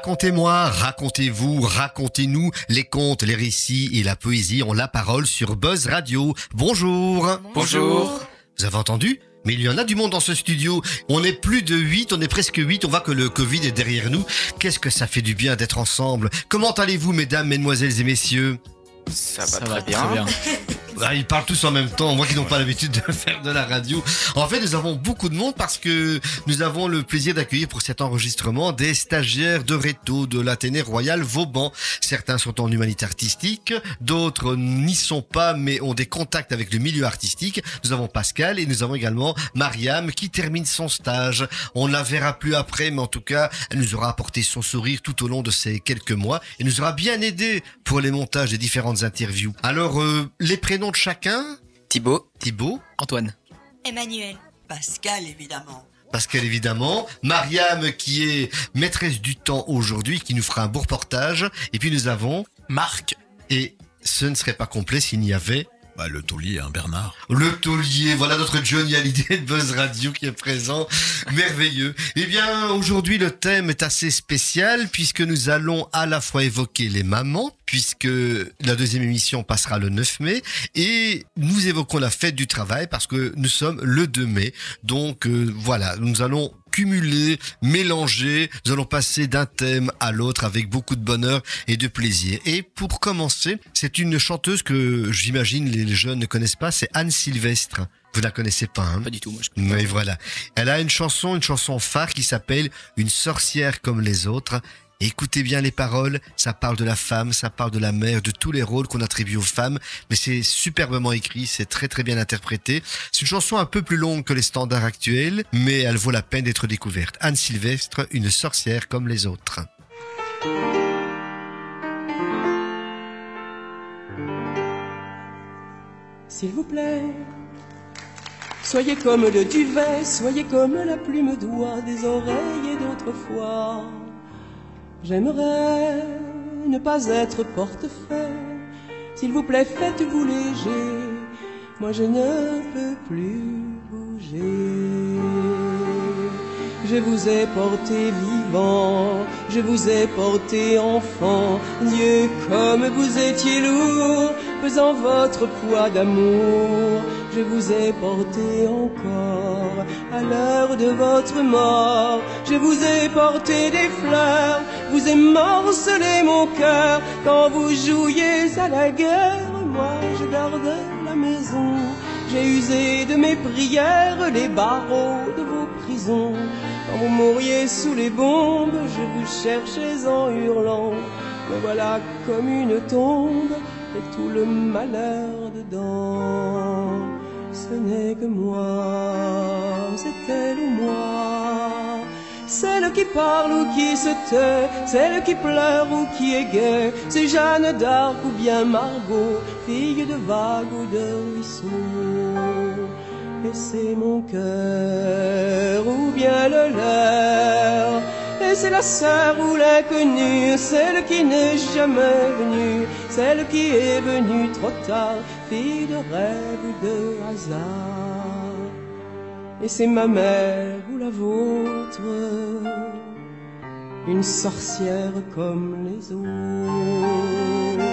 Racontez-moi, racontez-vous, racontez-nous. Les contes, les récits et la poésie ont la parole sur Buzz Radio. Bonjour. Bonjour. Vous avez entendu ? Mais il y en a du monde dans ce studio. On est plus de 8, on est presque 8. On voit que le Covid est derrière nous. Qu'est-ce que ça fait du bien d'être ensemble. Comment allez-vous, mesdames, mesdemoiselles et messieurs ? Ça va très bien. Ah, ils parlent tous en même temps, moi qui n'ont pas l'habitude de faire de la radio. En fait, nous avons beaucoup de monde parce que nous avons le plaisir d'accueillir pour cet enregistrement des stagiaires de Réto, de l'Athénée Royal Vauban. Certains sont en humanité artistique, d'autres n'y sont pas mais ont des contacts avec le milieu artistique. Nous avons Pascal et nous avons également Mariam qui termine son stage. On ne la verra plus après, mais en tout cas, elle nous aura apporté son sourire tout au long de ces quelques mois et nous aura bien aidé pour les montages des différentes interviews. Alors, les prénoms de chacun. Thibaut, Antoine, Emmanuel, Pascal, évidemment. Pascal, évidemment. Mariam, qui est maîtresse du temps aujourd'hui, qui nous fera un beau reportage. Et puis nous avons... Marc, Et ce ne serait pas complet s'il n'y avait... Le taulier, Bernard. Le taulier, voilà notre Johnny Hallyday de Buzz Radio qui est présent. Merveilleux. Eh bien, aujourd'hui, le thème est assez spécial puisque nous allons à la fois évoquer les mamans, puisque la deuxième émission passera le 9 mai, et nous évoquons la fête du travail parce que nous sommes le 2 mai. Donc, voilà, nous allons cumuler, mélanger, nous allons passer d'un thème à l'autre avec beaucoup de bonheur et de plaisir. Et pour commencer, c'est une chanteuse que j'imagine les jeunes ne connaissent pas, c'est Anne Sylvestre. Vous la connaissez pas, hein ? pas du tout, moi je connais pas. Mais voilà. Elle a une chanson phare qui s'appelle Une sorcière comme les autres. Écoutez bien les paroles, ça parle de la femme, ça parle de la mère, de tous les rôles qu'on attribue aux femmes, mais c'est superbement écrit, c'est très très bien interprété. C'est une chanson un peu plus longue que les standards actuels, mais elle vaut la peine d'être découverte. Anne Sylvestre, Une sorcière comme les autres. S'il vous plaît, soyez comme le duvet, soyez comme la plume d'oie des oreilles d'autrefois. J'aimerais ne pas être portefeuille. S'il vous plaît, faites-vous léger. Moi, je ne peux plus bouger. Je vous ai porté vivant, je vous ai porté enfant. Dieu, comme vous étiez lourd, pesant votre poids d'amour. Je vous ai porté encore à l'heure de votre mort. Je vous ai porté des fleurs, vous ai morcelé mon cœur. Quand vous jouiez à la guerre, moi je gardais la maison. J'ai usé de mes prières les barreaux de vos prisons. Quand vous mouriez sous les bombes, je vous cherchais en hurlant. Me voilà comme une tombe et tout le malheur dedans. Ce n'est que moi, c'est elle ou moi. Celle qui parle ou qui se tait, celle qui pleure ou qui est gaie. C'est Jeanne d'Arc ou bien Margot, fille de vague ou de ruisseau. Et c'est mon cœur ou bien le leur. Et c'est la sœur ou l'inconnue, celle qui n'est jamais venue, celle qui est venue trop tard, fille de rêve ou de hasard. Et c'est ma mère ou la vôtre, une sorcière comme les autres.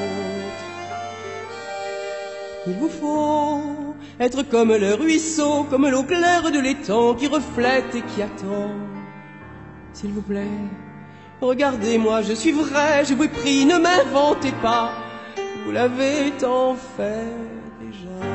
Il vous faut être comme le ruisseau, comme l'eau claire de l'étang qui reflète et qui attend. S'il vous plaît, regardez-moi, je suis vrai, je vous prie, ne m'inventez pas. Vous l'avez tant fait déjà.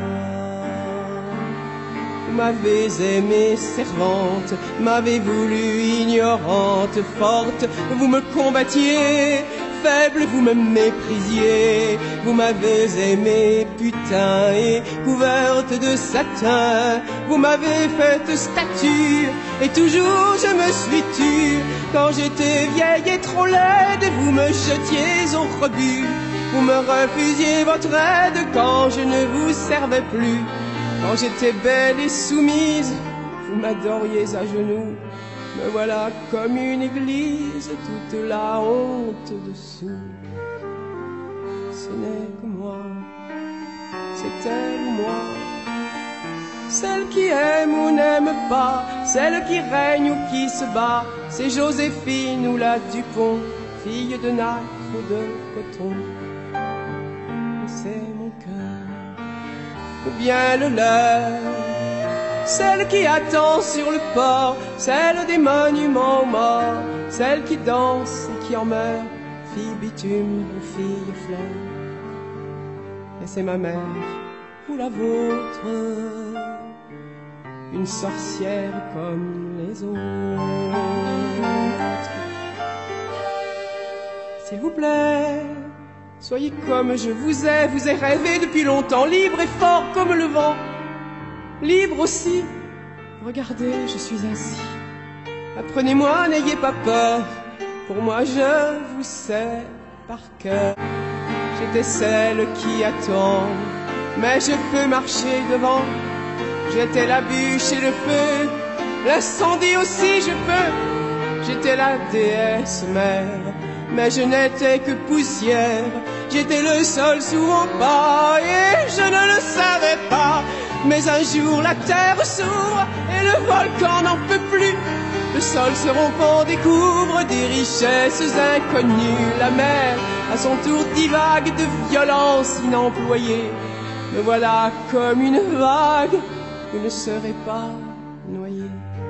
Vous m'avez aimée servante, m'avez voulu ignorante, forte, vous me combattiez. Faible, vous me méprisiez, vous m'avez aimée putain et couverte de satin. Vous m'avez faite statue et toujours je me suis tue. Quand j'étais vieille et trop laide, vous me jetiez au rebut. Vous me refusiez votre aide quand je ne vous servais plus. Quand j'étais belle et soumise, vous m'adoriez à genoux. Me voilà comme une église, toute la honte dessous. Ce n'est que moi, c'est elle ou moi. celle qui aime ou n'aime pas, celle qui règne ou qui se bat, c'est Joséphine ou la Dupont, fille de nacre ou de coton. C'est mon cœur, ou bien le leur, celle qui attend sur le port, celle des monuments aux morts, celle qui danse et qui en meurt, fille bitume ou fille fleur. Et c'est ma mère ou la vôtre, une sorcière comme les autres. S'il vous plaît, soyez comme je vous ai rêvé depuis longtemps, libre et fort comme le vent, libre aussi. Regardez, je suis ainsi. Apprenez-moi, n'ayez pas peur, pour moi je vous sais par cœur. J'étais celle qui attend, mais je peux marcher devant. J'étais la bûche et le feu, l'incendie aussi je peux. J'étais la déesse mère, mais je n'étais que poussière. J'étais le sol souvent bas et je ne le savais pas. Mais un jour la terre s'ouvre et le volcan n'en peut plus. Le sol se rompt, on découvre des richesses inconnues. La mer, à son tour, divague de violence inemployée. Me voilà comme une vague, vous ne serez pas noyé.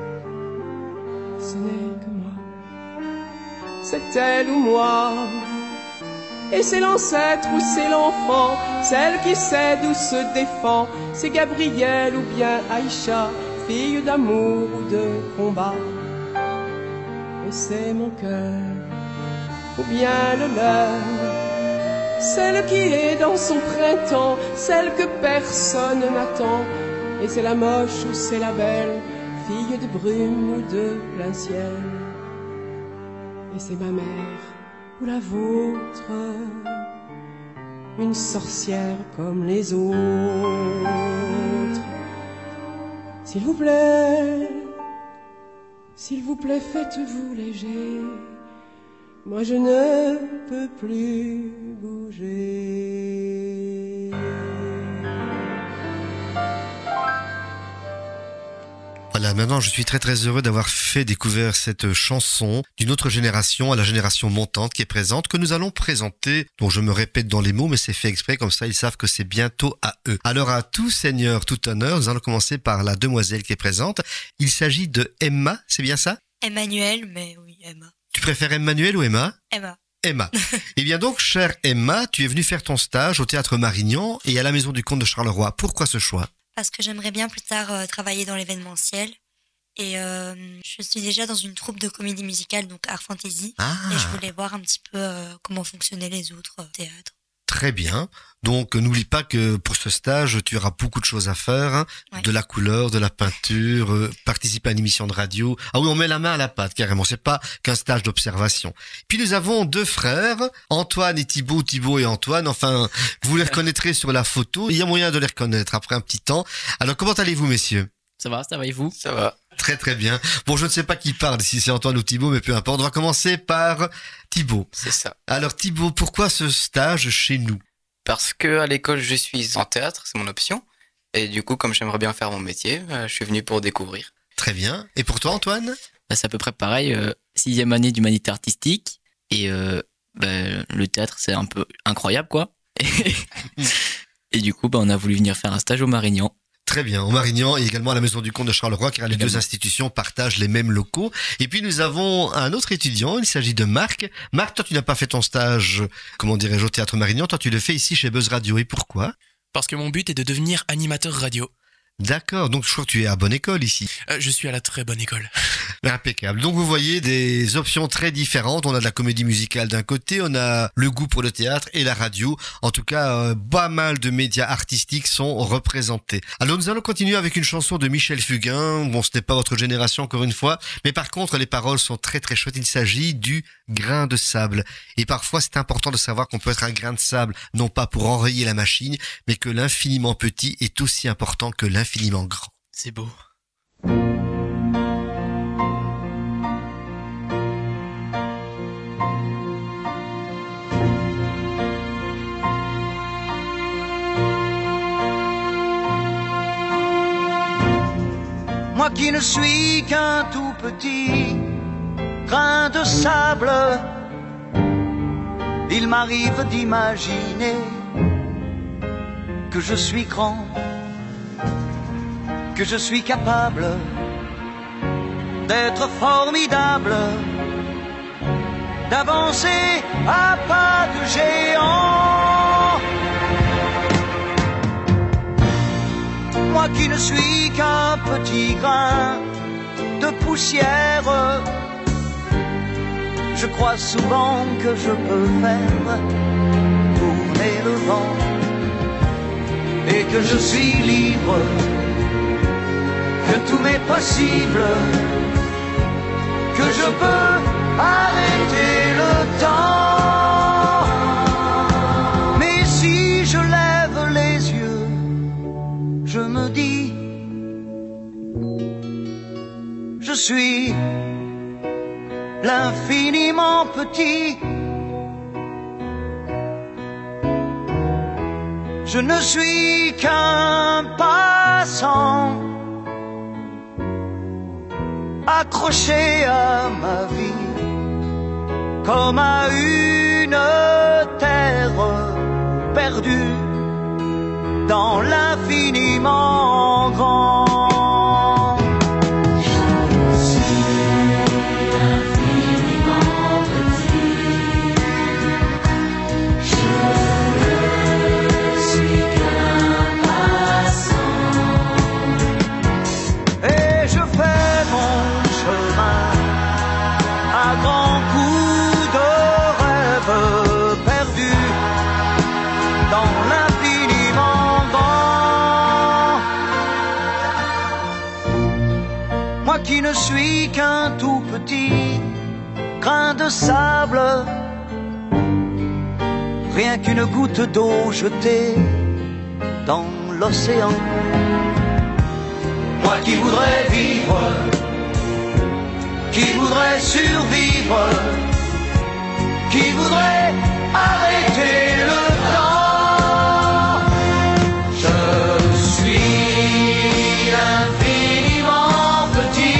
Ce n'est que moi, c'est elle ou moi. Et c'est l'ancêtre ou c'est l'enfant, celle qui cède ou se défend. C'est Gabrielle ou bien Aïcha, fille d'amour ou de combat. Et c'est mon cœur, ou bien le leur, celle qui est dans son printemps, celle que personne n'attend. Et c'est la moche ou c'est la belle, fille de brume ou de plein ciel. Et c'est ma mère ou la vôtre, une sorcière comme les autres. S'il vous plaît, faites-vous léger, moi je ne peux plus bouger. Voilà, maintenant je suis très très heureux d'avoir fait découvrir cette chanson d'une autre génération à la génération montante qui est présente, que nous allons présenter. Donc je me répète dans les mots, mais c'est fait exprès, comme ça ils savent que c'est bientôt à eux. Alors à tout seigneur, tout honneur, nous allons commencer par la demoiselle qui est présente. Il s'agit de Emma, c'est bien ça? Emmanuel, mais oui, Emma. Tu préfères Emmanuel ou Emma? Emma. Emma. Eh bien donc, chère Emma, tu es venue faire ton stage au Théâtre Marignan et à la Maison du Comte de Charleroi. Pourquoi ce choix? Parce que j'aimerais bien plus tard travailler dans l'événementiel. Et je suis déjà dans une troupe de comédie musicale, donc Art Fantasy. Ah. Et je voulais voir un petit peu comment fonctionnaient les autres théâtres. Très bien. Donc, n'oublie pas que pour ce stage, tu auras beaucoup de choses à faire. Hein. Ouais. De la couleur, de la peinture, participer à une émission de radio. Ah oui, on met la main à la pâte, carrément. C'est pas qu'un stage d'observation. Puis nous avons deux frères, Antoine et Thibaut, Thibaut et Antoine. Enfin, vous les reconnaîtrez sur la photo. Il y a moyen de les reconnaître après un petit temps. Alors, comment allez-vous, messieurs? Ça va et vous? Ça va. Très très bien. Bon, je ne sais pas qui parle, si c'est Antoine ou Thibaut, mais peu importe. On va commencer par Thibaut. C'est ça. Alors Thibaut, pourquoi ce stage chez nous? Parce que à l'école, je suis en théâtre, c'est mon option. Et du coup, comme j'aimerais bien faire mon métier, je suis venu pour découvrir. Très bien. Et pour toi, Antoine? C'est à peu près pareil. 6e année d'humanité artistique. Et le théâtre, c'est un peu incroyable, quoi. Et du coup, on a voulu venir faire un stage au Marignan. Très bien, au Marignan et également à la Maison du Comte de Charleroi, car les deux institutions partagent les mêmes locaux. Et puis nous avons un autre étudiant, il s'agit de Marc. Marc, toi tu n'as pas fait ton stage, comment dirais-je, au Théâtre Marignan, toi tu le fais ici chez Buzz Radio. Et pourquoi? Parce que mon but est de devenir animateur radio. D'accord, donc je crois que tu es à bonne école ici. Je suis à la très bonne école. Impeccable. Donc vous voyez des options très différentes. On a de la comédie musicale d'un côté, on a le goût pour le théâtre et la radio. En tout cas, pas mal de médias artistiques sont représentés. Alors nous allons continuer avec une chanson de Michel Fugain. Bon, ce n'est pas votre génération encore une fois, mais par contre les paroles sont très très chouettes. Il s'agit du grain de sable. Et parfois c'est important de savoir qu'on peut être un grain de sable, non pas pour enrayer la machine, mais que l'infiniment petit est aussi important que l'infiniment grand. C'est beau. Moi qui ne suis qu'un tout petit grain de sable, il m'arrive d'imaginer que je suis grand, que je suis capable d'être formidable, d'avancer à pas de géant. Moi qui ne suis qu'un petit grain de poussière, je crois souvent que je peux faire tourner le vent et que je suis libre, que tout m'est possible, que je peux arrêter le temps. Mais si je lève les yeux, je me dis, je suis l'infiniment petit. Je ne suis qu'un passant, accroché à ma vie, comme à une terre perdue dans l'infiniment grand. Qui ne suis qu'un tout petit grain de sable, rien qu'une goutte d'eau jetée dans l'océan. Moi qui voudrais vivre, qui voudrais survivre, qui voudrais arrêter le temps. Je suis infiniment petit.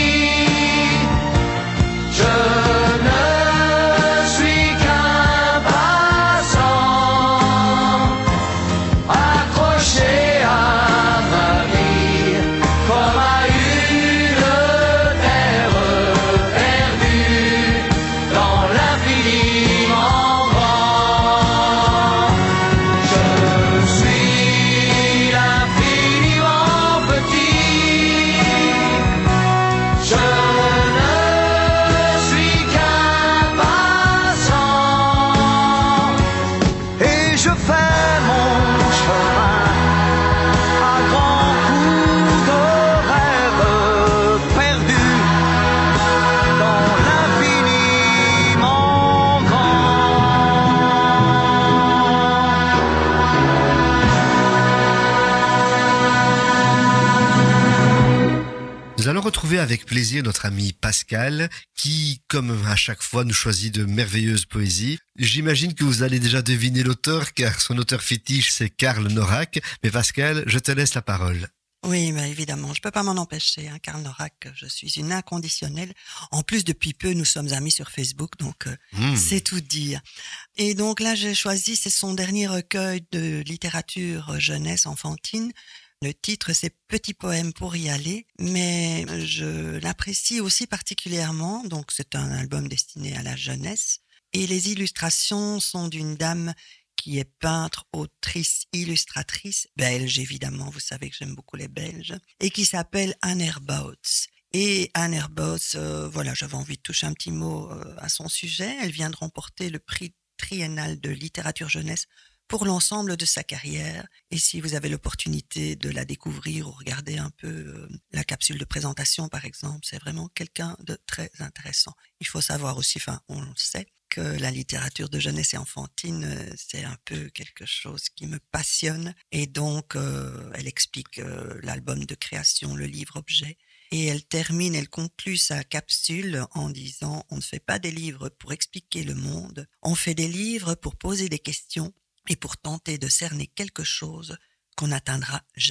Nous allons retrouver avec plaisir notre ami Pascal qui, comme à chaque fois, nous choisit de merveilleuses poésies. J'imagine que vous allez déjà deviner l'auteur car son auteur fétiche c'est Karl Norak. Mais Pascal, je te laisse la parole. Oui, mais évidemment, je peux pas m'en empêcher. Karl Norak, je suis une inconditionnelle. En plus, depuis peu, nous sommes amis sur Facebook, donc c'est tout dire. Et donc là, j'ai choisi, c'est son dernier recueil de littérature jeunesse enfantine. Le titre, c'est Petit poème pour y aller, mais je l'apprécie aussi particulièrement. Donc, c'est un album destiné à la jeunesse. Et les illustrations sont d'une dame qui est peintre, autrice, illustratrice, belge évidemment, vous savez que j'aime beaucoup les Belges, et qui s'appelle Anne Herbautz. Et Anne Herbautz, voilà, j'avais envie de toucher un petit mot à son sujet. Elle vient de remporter le prix triennal de littérature jeunesse pour l'ensemble de sa carrière. Et si vous avez l'opportunité de la découvrir ou regarder un peu la capsule de présentation, par exemple, c'est vraiment quelqu'un de très intéressant. Il faut savoir aussi, enfin, on le sait, que la littérature de jeunesse et enfantine, c'est un peu quelque chose qui me passionne. Et donc, elle explique l'album de création, le livre-objet. Et elle termine, elle conclut sa capsule en disant « On ne fait pas des livres pour expliquer le monde, on fait des livres pour poser des questions et pour tenter de cerner quelque chose qu'on n'atteindra jamais. »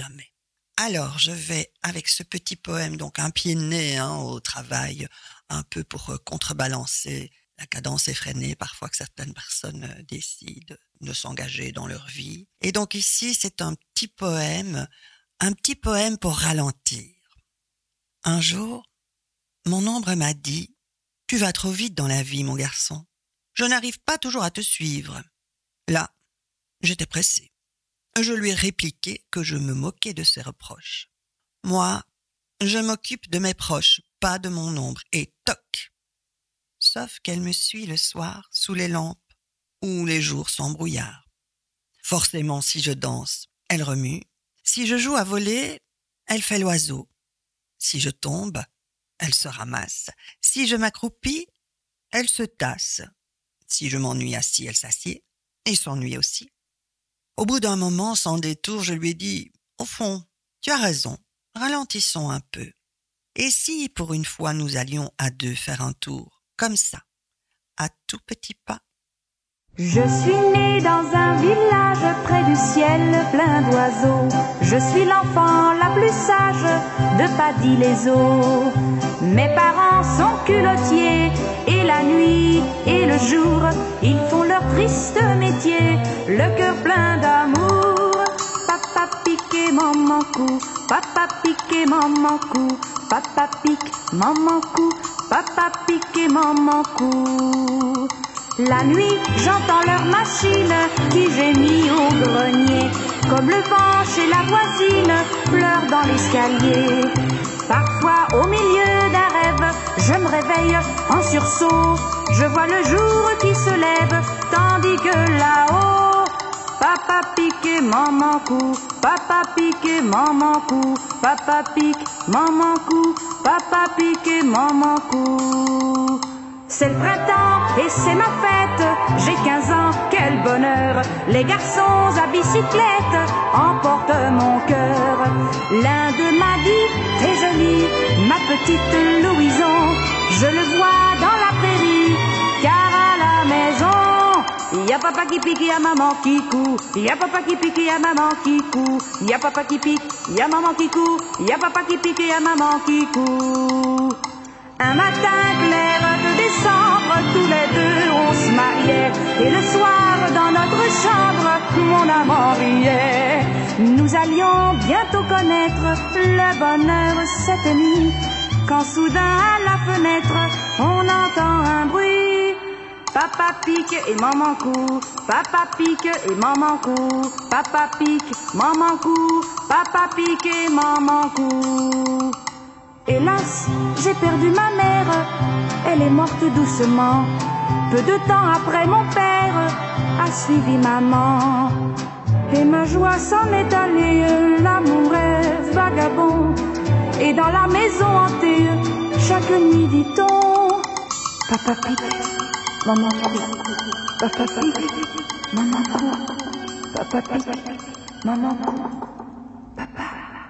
Alors, je vais avec ce petit poème, donc un pied de nez au travail, un peu pour contrebalancer la cadence effrénée parfois que certaines personnes décident de s'engager dans leur vie. Et donc ici, c'est un petit poème pour ralentir. Un jour, mon ombre m'a dit « Tu vas trop vite dans la vie, mon garçon. Je n'arrive pas toujours à te suivre. » Là, j'étais pressé. Je lui ai répliqué que je me moquais de ses reproches. Moi, je m'occupe de mes proches, pas de mon ombre, et toc. Sauf qu'elle me suit le soir sous les lampes ou les jours sont brouillards. Forcément, si je danse, elle remue. Si je joue à voler, elle fait l'oiseau. Si je tombe, elle se ramasse. Si je m'accroupis, elle se tasse. Si je m'ennuie assis, elle s'assied et s'ennuie aussi. Au bout d'un moment, sans détour, je lui ai dit « Au fond, tu as raison, ralentissons un peu. Et si, pour une fois, nous allions à deux faire un tour, comme ça, à tout petits pas ?» Je suis née dans un village près du ciel plein d'oiseaux. Je suis l'enfant la plus sage de Paddy-les-Eaux. Mes parents sont culottiers et la nuit et le jour, ils font leur triste métier, le cœur plein d'amour. Papa pique, maman cou, papa pique, maman cou, papa pique, maman cou, papa pique, maman cou. La nuit, j'entends leur machine qui gémit au grenier, comme le vent chez la voisine pleure dans l'escalier. Parfois, au milieu d'un rêve, je me réveille en sursaut. Je vois le jour qui se lève, tandis que là-haut, papa pique, maman cou, papa pique, maman cou, papa pique, maman cou, papa pique, maman cou. C'est le printemps et c'est ma fête, j'ai 15 ans, quel bonheur. Les garçons à bicyclette emportent mon cœur. L'un d'eux m'a dit, t'es jolie, ma petite Louison. Je le vois dans la prairie, car à la maison, y a papa qui pique, y a maman qui coud. Y a papa qui pique, y a maman qui coud. Y a papa qui pique, y a maman qui coud. Y a papa qui pique, y a maman qui coud. Un matin clair de décembre, tous les deux on se mariait. Et le soir dans notre chambre, mon amant riait. Nous allions bientôt connaître le bonheur cette nuit, quand soudain à la fenêtre, on entend un bruit. Papa pique et maman cou, papa pique et maman cou, papa pique, maman cou, papa pique et maman cou. Hélas, j'ai perdu ma mère, elle est morte doucement. Peu de temps après, mon père a suivi maman. Et ma joie s'en est allée, là mon rêve vagabond. Et dans la maison hantée, chaque nuit dit-on, papa pique, maman cou, papa pique, maman cou, papa pique, maman cou, papa,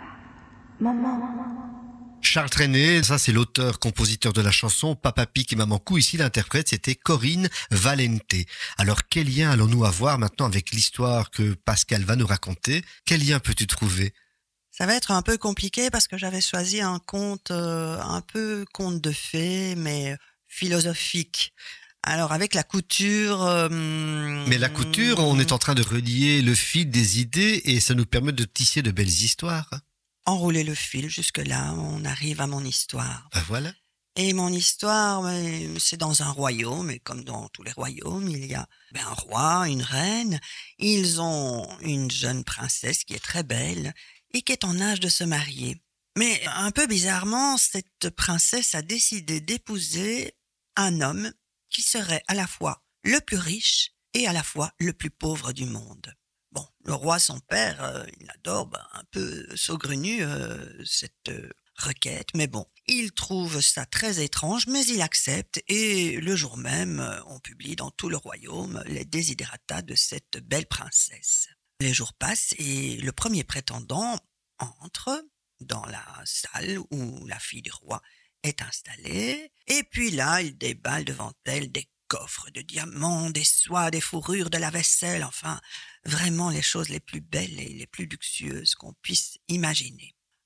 maman. Charles Trenet, ça c'est l'auteur-compositeur de la chanson Papa Pique et Maman Cou. Ici l'interprète c'était Corinne Valente. Alors quel lien allons-nous avoir maintenant avec l'histoire que Pascal va nous raconter? Quel lien peux-tu trouver? Ça va être un peu compliqué parce que j'avais choisi un conte un peu conte de fées mais philosophique. Alors avec la couture... Mais la couture, on est en train de relier le fil des idées et ça nous permet de tisser de belles histoires. Enrouler le fil, jusque-là, on arrive à mon histoire. Ben voilà. Et mon histoire, c'est dans un royaume, et comme dans tous les royaumes, il y a un roi, une reine. Ils ont une jeune princesse qui est très belle et qui est en âge de se marier. Mais un peu bizarrement, cette princesse a décidé d'épouser un homme qui serait à la fois le plus riche et à la fois le plus pauvre du monde. Bon, le roi, son père, il adore un peu saugrenu cette requête, mais bon, il trouve ça très étrange, mais il accepte et le jour même, on publie dans tout le royaume les desiderata de cette belle princesse. Les jours passent et le premier prétendant entre dans la salle où la fille du roi est installée et puis là, il déballe devant elle des coffres de diamants, des soies, des fourrures, de la vaisselle, enfin, vraiment les choses les plus belles et les plus luxueuses qu'on puisse imaginer.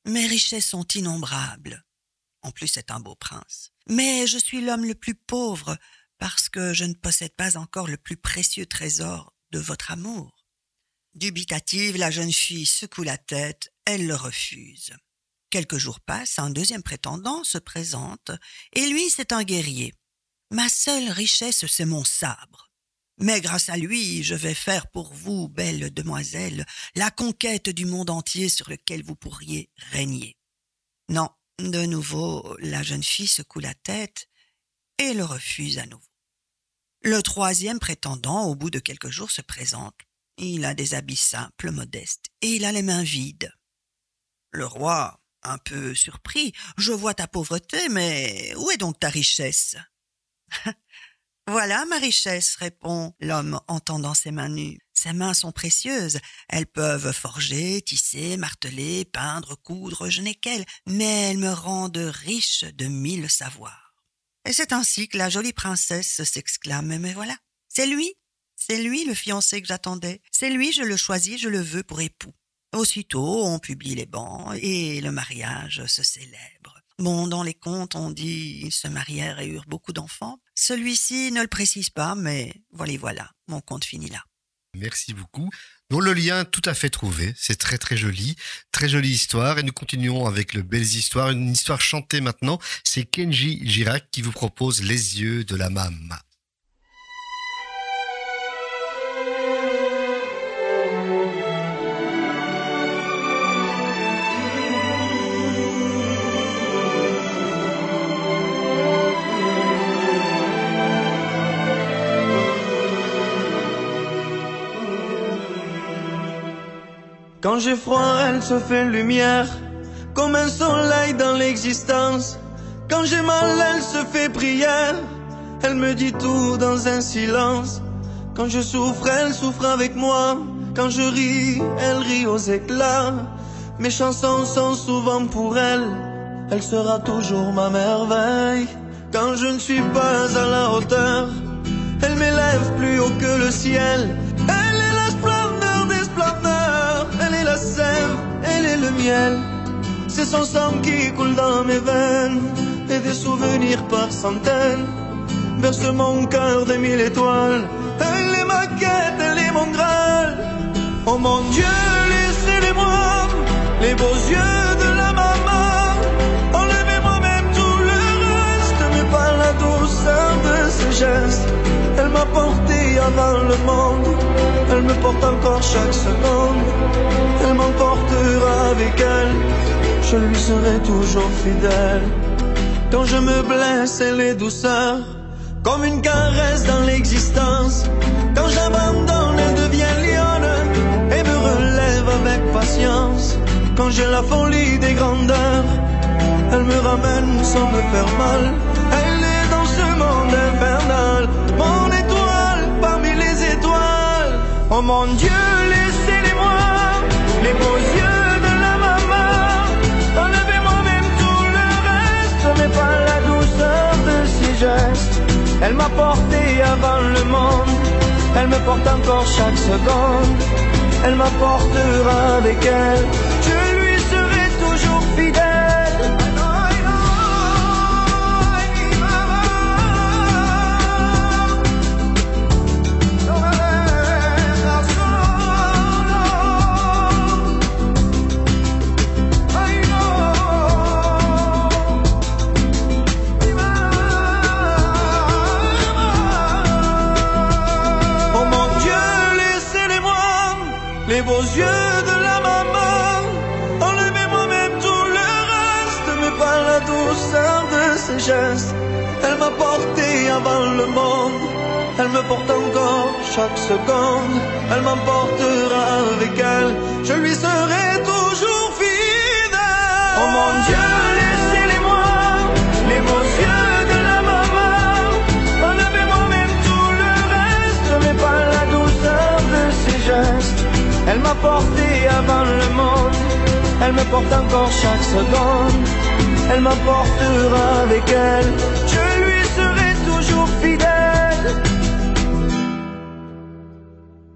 Mes richesses sont innombrables. En plus, c'est un beau prince. Mais je suis l'homme le plus pauvre parce que je ne possède pas encore le plus précieux trésor de votre amour. Dubitative, la jeune fille secoue la tête, elle le refuse. Quelques jours passent, un deuxième prétendant se présente, et lui, c'est un guerrier. Ma seule richesse, c'est mon sabre. Mais grâce à lui, je vais faire pour vous, belle demoiselle, la conquête du monde entier sur lequel vous pourriez régner. Non, de nouveau, la jeune fille secoue la tête et le refuse à nouveau. Le troisième prétendant, au bout de quelques jours, se présente. Il a des habits simples, modestes, et il a les mains vides. Le roi, un peu surpris, « Je vois ta pauvreté, mais où est donc ta richesse ?» « Voilà ma richesse, répond l'homme en tendant ses mains nues. Ses mains sont précieuses. Elles peuvent forger, tisser, marteler, peindre, coudre, je n'ai qu'elles, mais elles me rendent riche de 1000 savoirs. » Et c'est ainsi que la jolie princesse s'exclame, « Mais voilà, c'est lui le fiancé que j'attendais. C'est lui, je le choisis, je le veux pour époux. » Aussitôt, on publie les bans et le mariage se célèbre. Bon, dans les contes, on dit ils se marièrent et eurent beaucoup d'enfants. Celui-ci ne le précise pas, mais voilà, mon conte finit là. Merci beaucoup. Donc le lien tout à fait trouvé, c'est très jolie histoire et nous continuons avec le Belles Histoires, une histoire chantée maintenant, c'est Kenji Girac qui vous propose Les yeux de la Mama. Quand j'ai froid, elle se fait lumière, comme un soleil dans l'existence. Quand j'ai mal, elle se fait prière, elle me dit tout dans un silence. Quand je souffre, elle souffre avec moi. Quand je ris, elle rit aux éclats. Mes chansons sont souvent pour elle, elle sera toujours ma merveille. Quand je ne suis pas à la hauteur, elle m'élève plus haut que le ciel. Elle est la splendeur des splendeurs, elle est la sève, elle est le miel. C'est son sang qui coule dans mes veines, et des souvenirs par centaines bercent mon cœur de 1000 étoiles. Elle est ma quête, elle est mon Graal. Oh mon Dieu, laissez-les-moi, les beaux yeux de la maman. Enlevez-moi même tout le reste, mais pas la douceur de ses gestes. Elle m'a porté avant le monde, elle me porte encore chaque seconde. Elle m'emportera avec elle, je lui serai toujours fidèle. Quand je me blesse, elle est douceur, comme une caresse dans l'existence. Quand j'abandonne, elle devient lionne et me relève avec patience. Quand j'ai la folie des grandeurs, elle me ramène sans me faire mal. Elle est dans ce monde infernal, mon étoile parmi les étoiles. Oh mon Dieu, laissez-les-moi, les beaux yeux de la maman. Enlevez-moi même tout le reste, mais pas la douceur de ses gestes. Elle m'a porté avant le monde, elle me porte encore chaque seconde. Elle m'apportera avec elle, je lui serai toujours fidèle. Les beaux yeux de la maman, enlevez-moi même tout le reste, mais pas la douceur de ses gestes. Elle m'a porté avant le monde, elle me porte encore chaque seconde. Elle m'emportera avec elle, je lui serai toujours fidèle. Oh mon Dieu, laissez-les-moi, les beaux yeux de la maman. Enlevez-moi même tout le reste, mais pas la douceur de ses gestes. Elle m'a porté avant le monde, elle me porte encore chaque seconde. Elle m'emportera avec elle, je lui serai toujours fidèle.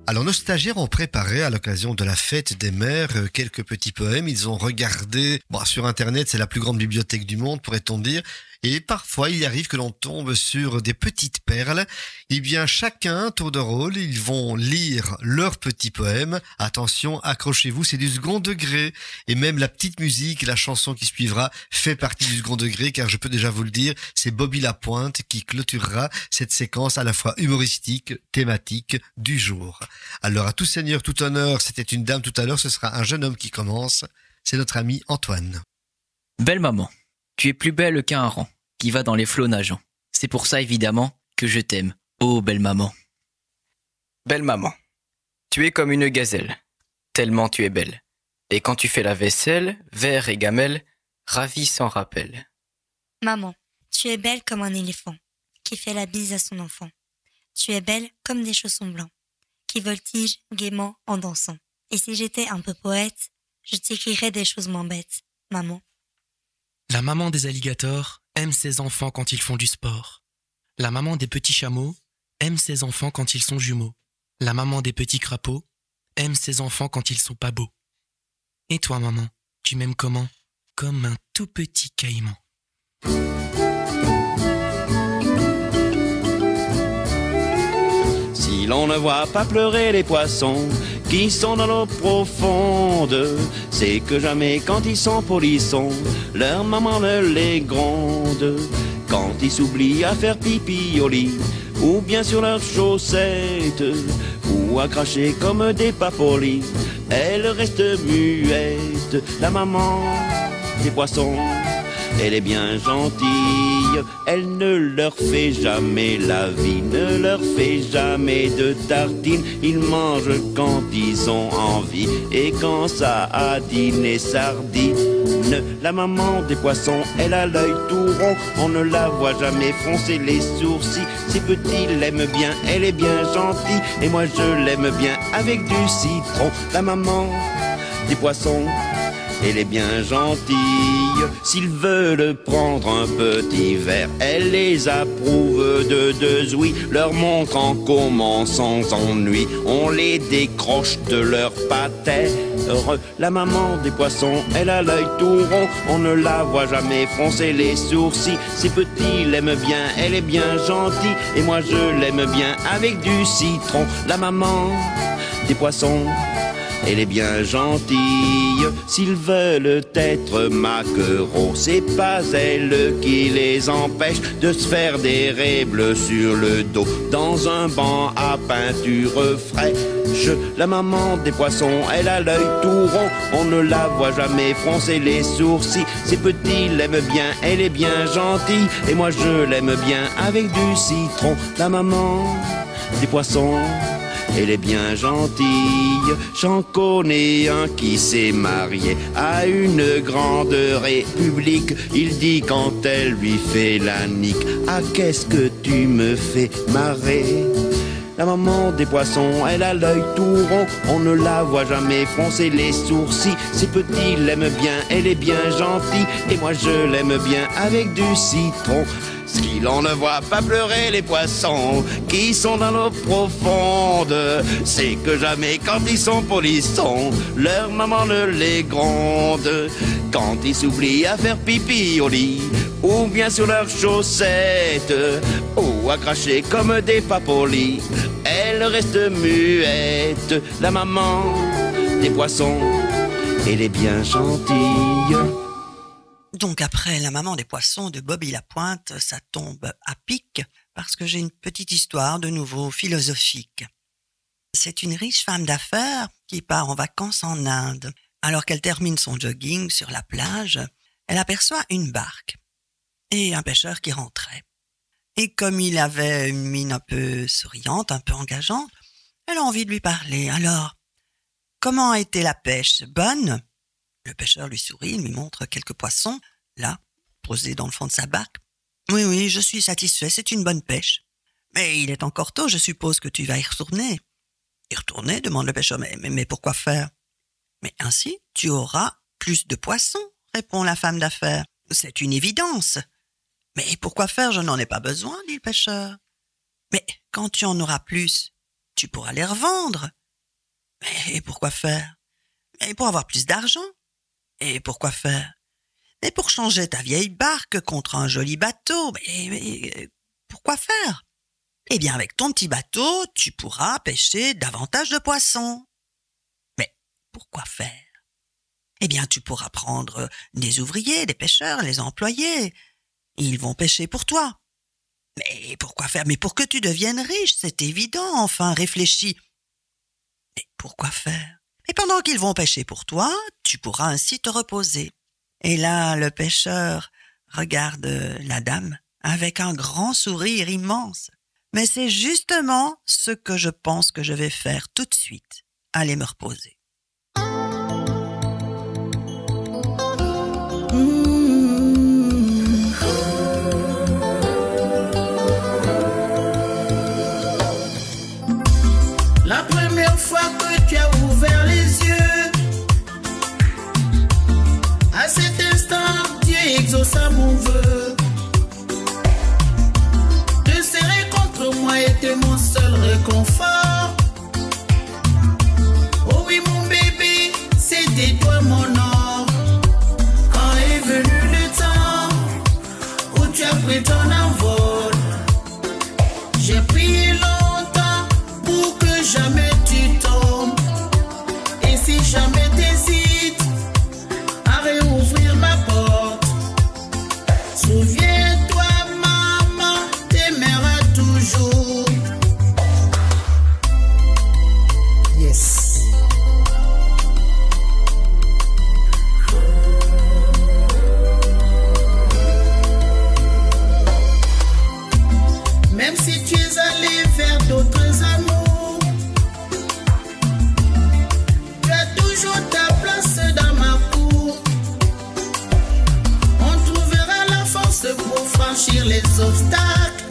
Alors nos stagiaires ont préparé à l'occasion de la fête des mères quelques petits poèmes. Ils ont regardé, sur Internet, c'est la plus grande bibliothèque du monde, pourrait-on dire. Et parfois, il arrive que l'on tombe sur des petites perles. Eh bien, chacun, tour de rôle, ils vont lire leurs petits poèmes. Attention, accrochez-vous, c'est du second degré. Et même la petite musique, la chanson qui suivra, fait partie du second degré, car je peux déjà vous le dire, c'est Bobby Lapointe qui clôturera cette séquence à la fois humoristique, thématique du jour. Alors, à tout seigneur, tout honneur, c'était une dame tout à l'heure, ce sera un jeune homme qui commence. C'est notre ami Antoine. Belle maman, tu es plus belle qu'un hareng qui va dans les flots nageant. C'est pour ça, évidemment, que je t'aime, ô belle maman. Belle maman, tu es comme une gazelle, tellement tu es belle. Et quand tu fais la vaisselle, verre et gamelle, ravie sans rappel. Maman, tu es belle comme un éléphant qui fait la bise à son enfant. Tu es belle comme des chaussons blancs qui voltigent gaiement en dansant. Et si j'étais un peu poète, je t'écrirais des choses moins bêtes, maman. La maman des alligators aime ses enfants quand ils font du sport. La maman des petits chameaux aime ses enfants quand ils sont jumeaux. La maman des petits crapauds aime ses enfants quand ils sont pas beaux. Et toi, maman, tu m'aimes comment ? Comme un tout petit caïman. Si l'on ne voit pas pleurer les poissons qui sont dans l'eau profonde, c'est que jamais quand ils sont polissons, leur maman ne les gronde. Quand ils s'oublient à faire pipi au lit, ou bien sur leurs chaussettes, ou à cracher comme des papolis, elle reste muette. La maman des poissons, elle est bien gentille, elle ne leur fait jamais la vie, ne leur fait jamais de tartines. Ils mangent quand ils ont envie et quand ça a dîné sardine. La maman des poissons, elle a l'œil tout rond, on ne la voit jamais froncer les sourcils. Ces petits l'aiment bien, elle est bien gentille, et moi je l'aime bien avec du citron. La maman des poissons, elle est bien gentille. S'ils veulent prendre un petit verre, elle les approuve de deux ouïes, leur montrant comment sans ennui on les décroche de leur patère. La maman des poissons, elle a l'œil tout rond, on ne la voit jamais froncer les sourcils. Ces petits l'aiment bien, elle est bien gentille, et moi je l'aime bien avec du citron. La maman des poissons, elle est bien gentille. S'ils veulent être maquereaux, c'est pas elle qui les empêche de se faire des raies bleues sur le dos dans un banc à peinture fraîche. La maman des poissons, elle a l'œil tout rond, on ne la voit jamais froncer les sourcils. Ces petits l'aiment bien, elle est bien gentille, et moi je l'aime bien avec du citron. La maman des poissons, elle est bien gentille. J'en connais un qui s'est marié à une grande république. Il dit quand elle lui fait la nique: ah, qu'est-ce que tu me fais marrer. La maman des poissons, elle a l'œil tout rond, on ne la voit jamais froncer les sourcils. Ces petits l'aiment bien, elle est bien gentille, et moi je l'aime bien avec du citron. Si l'on ne voit pas pleurer les poissons qui sont dans l'eau profonde, c'est que jamais quand ils sont polissons, leur maman ne les gronde. Quand ils s'oublient à faire pipi au lit, ou bien sur leurs chaussettes, ou à cracher comme des papolis, elle reste muette. La maman des poissons, elle est bien gentille. Donc après La maman des poissons de Bobby Lapointe, ça tombe à pic parce que j'ai une petite histoire de nouveau philosophique. C'est une riche femme d'affaires qui part en vacances en Inde. Alors qu'elle termine son jogging sur la plage, elle aperçoit une barque et un pêcheur qui rentrait. Et comme il avait une mine un peu souriante, un peu engageante, elle a envie de lui parler. Alors, comment a été la pêche? Bonne? Le pêcheur lui sourit, il lui montre quelques poissons, là, posés dans le fond de sa barque. Oui, je suis satisfait, c'est une bonne pêche. Mais il est encore tôt, je suppose que tu vas y retourner. Y retourner? Demande le pêcheur. Mais pourquoi faire? Mais ainsi, tu auras plus de poissons, répond la femme d'affaires. C'est une évidence. Mais pourquoi faire? Je n'en ai pas besoin, dit le pêcheur. Mais quand tu en auras plus, tu pourras les revendre. Et pourquoi faire? Et pour avoir plus d'argent. Et pourquoi faire? Mais pour changer ta vieille barque contre un joli bateau. Mais pourquoi faire? Eh bien, avec ton petit bateau, tu pourras pêcher davantage de poissons. Mais pourquoi faire? Eh bien, tu pourras prendre des ouvriers, des pêcheurs, les employer. Ils vont pêcher pour toi. Mais pourquoi faire? Mais pour que tu deviennes riche, c'est évident, enfin, réfléchis. Mais pourquoi faire? Et pendant qu'ils vont pêcher pour toi, tu pourras ainsi te reposer. Et là, le pêcheur regarde la dame avec un grand sourire immense. Mais c'est justement ce que je pense que je vais faire tout de suite. Aller me reposer. La première fois que tu as ouvert les yeux, à cet instant, Dieu exauça mon vœu. Te serrer contre moi était mon seul réconfort. Oh oui, mon bébé, c'était toi mon or. Quand est venu le temps où tu as pris ton envol, j'ai prié longtemps pour que jamais tu tombes. Et si jamais t'hésites à réouvrir ma porte, souviens-toi, maman t'aimera toujours. Yes. Même si tu es allé vers d'autres amours, tu as toujours ta place dans ma cour. On trouvera la force pour franchir les obstacles.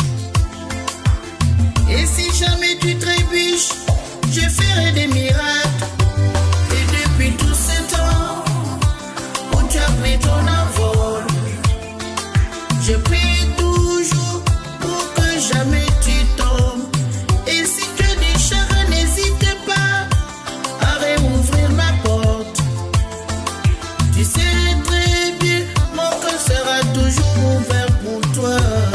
Et si jamais tu trébuches, je ferai des miracles. Et depuis tout ce temps où tu as pris ton envol, je prie toujours pour que jamais tu tombes. Et si tu es déchiré, n'hésite pas à réouvrir ma porte. Tu sais très bien, mon cœur sera toujours ouvert pour toi.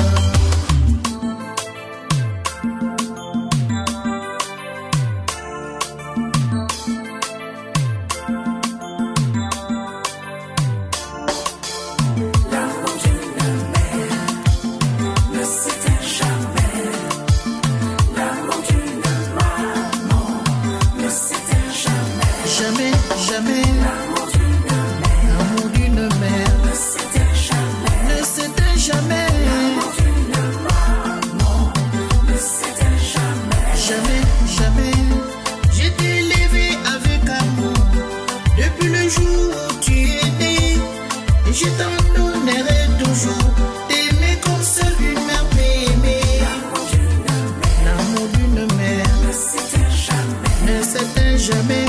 Jamais, jamais, l'amour d'une mère ne s'éteint jamais, ne s'éteint jamais, l'amour d'une maman ne s'éteint jamais, jamais, jamais. Je t'ai élevé avec amour depuis le jour où tu es né, et je t'en donnerai toujours, t'aimer comme seule une mère peut aimer. L'amour d'une mère ne s'éteint jamais, ne s'éteint jamais.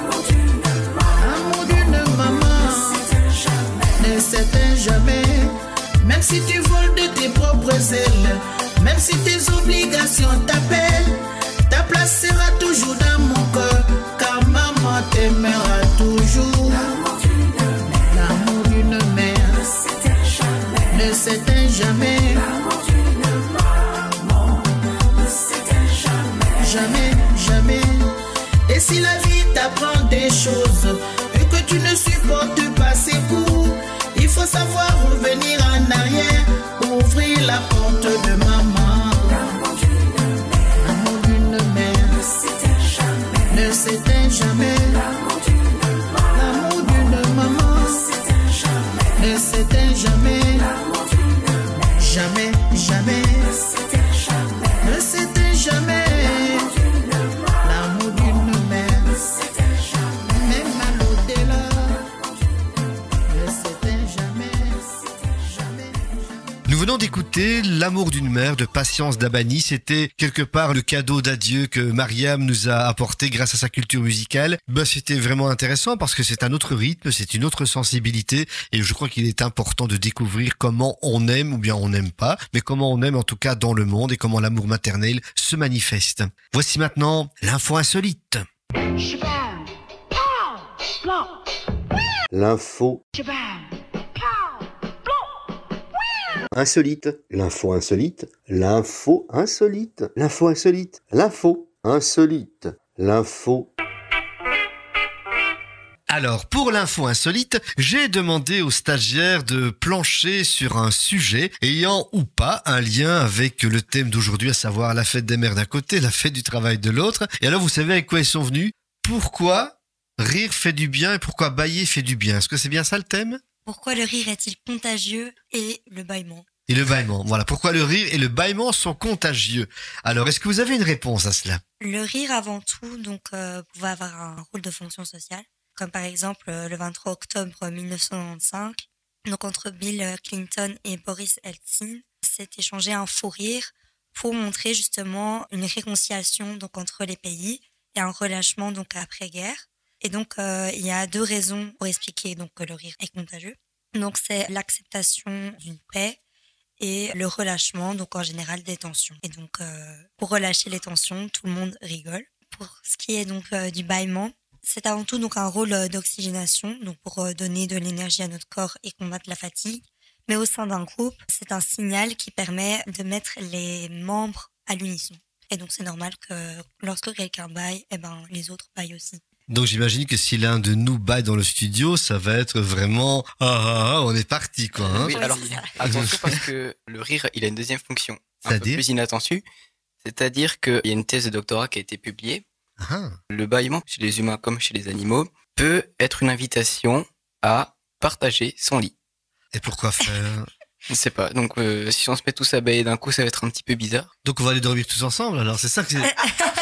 Ne s'éteint jamais. Même si tu voles de tes propres ailes, même si tes obligations t'appellent, ta place sera toujours dans mon cœur, car maman t'aimera toujours. L'amour d'une mère ne s'éteint jamais, ne s'éteint jamais. L'amour d'une maman ne s'éteint jamais, jamais, jamais. Et si la vie t'apprend des choses et que tu ne supportes pas ses coups, il faut savoir revenir en arrière pour ouvrir la porte de maman. L'amour d'une mère ne s'éteint jamais, ne s'éteint jamais. L'amour d'une maman ne s'éteint jamais, jamais, jamais, ne s'éteint jamais. L'amour d'une mère ne s'éteint jamais, même à l'au-delà. Nous venons d'écouter L'amour d'une mère de Patience Dabani. C'était quelque part le cadeau d'adieu que Mariam nous a apporté grâce à sa culture musicale. C'était vraiment intéressant parce que c'est un autre rythme, c'est une autre sensibilité et je crois qu'il est important de découvrir comment on aime ou bien on n'aime pas, mais comment on aime en tout cas dans le monde et comment l'amour maternel se manifeste. Voici maintenant l'info insolite. L'info insolite, l'info insolite, l'info insolite, l'info insolite, l'info insolite, l'info. Alors, pour l'info insolite, j'ai demandé aux stagiaires de plancher sur un sujet ayant ou pas un lien avec le thème d'aujourd'hui, à savoir la fête des mères d'un côté, la fête du travail de l'autre. Et alors, vous savez avec quoi ils sont venus? Pourquoi rire fait du bien et pourquoi bâiller fait du bien? Est-ce que c'est bien ça le thème? Pourquoi le rire est-il contagieux et le bâillement? Et le bâillement, voilà. Pourquoi le rire et le bâillement sont contagieux? Alors, est-ce que vous avez une réponse à cela? Le rire avant tout, pouvait avoir un rôle de fonction sociale. Comme par exemple le 23 octobre 1995, donc entre Bill Clinton et Boris Eltsine, s'est échangé un fou rire pour montrer justement une réconciliation donc entre les pays et un relâchement donc après-guerre. Et donc il y a deux raisons pour expliquer donc que le rire est contagieux. Donc c'est l'acceptation d'une paix et le relâchement donc en général des tensions. Et donc pour relâcher les tensions, tout le monde rigole. Pour ce qui est donc du bâillement, c'est avant tout donc un rôle d'oxygénation, donc pour donner de l'énergie à notre corps et combattre la fatigue. Mais au sein d'un groupe, c'est un signal qui permet de mettre les membres à l'unisson. Et donc c'est normal que lorsque quelqu'un bâille, les autres bâillent aussi. Donc j'imagine que si l'un de nous bâille dans le studio, ça va être vraiment on est parti quoi. Hein. Oui, alors attention parce que le rire, il a une deuxième fonction, un peu plus inattendue. C'est-à-dire qu'il y a une thèse de doctorat qui a été publiée. Le bâillement, chez les humains comme chez les animaux, peut être une invitation à partager son lit. Et pourquoi faire? Je ne sais pas. Donc, si on se met tous à bâiller d'un coup, ça va être un petit peu bizarre. Donc, on va aller dormir tous ensemble, alors c'est ça que c'est...